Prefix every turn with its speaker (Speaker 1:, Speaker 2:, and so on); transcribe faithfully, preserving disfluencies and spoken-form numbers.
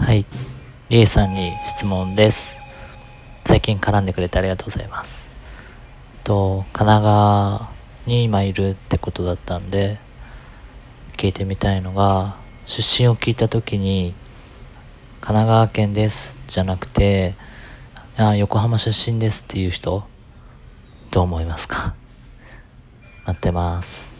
Speaker 1: はい。リエさんに質問です。最近絡んでくれてありがとうございます。と、神奈川に今いるってことだったんで、聞いてみたいのが、出身を聞いたときに、神奈川県ですじゃなくて、あ、横浜出身ですっていう人、どう思いますか？待ってます。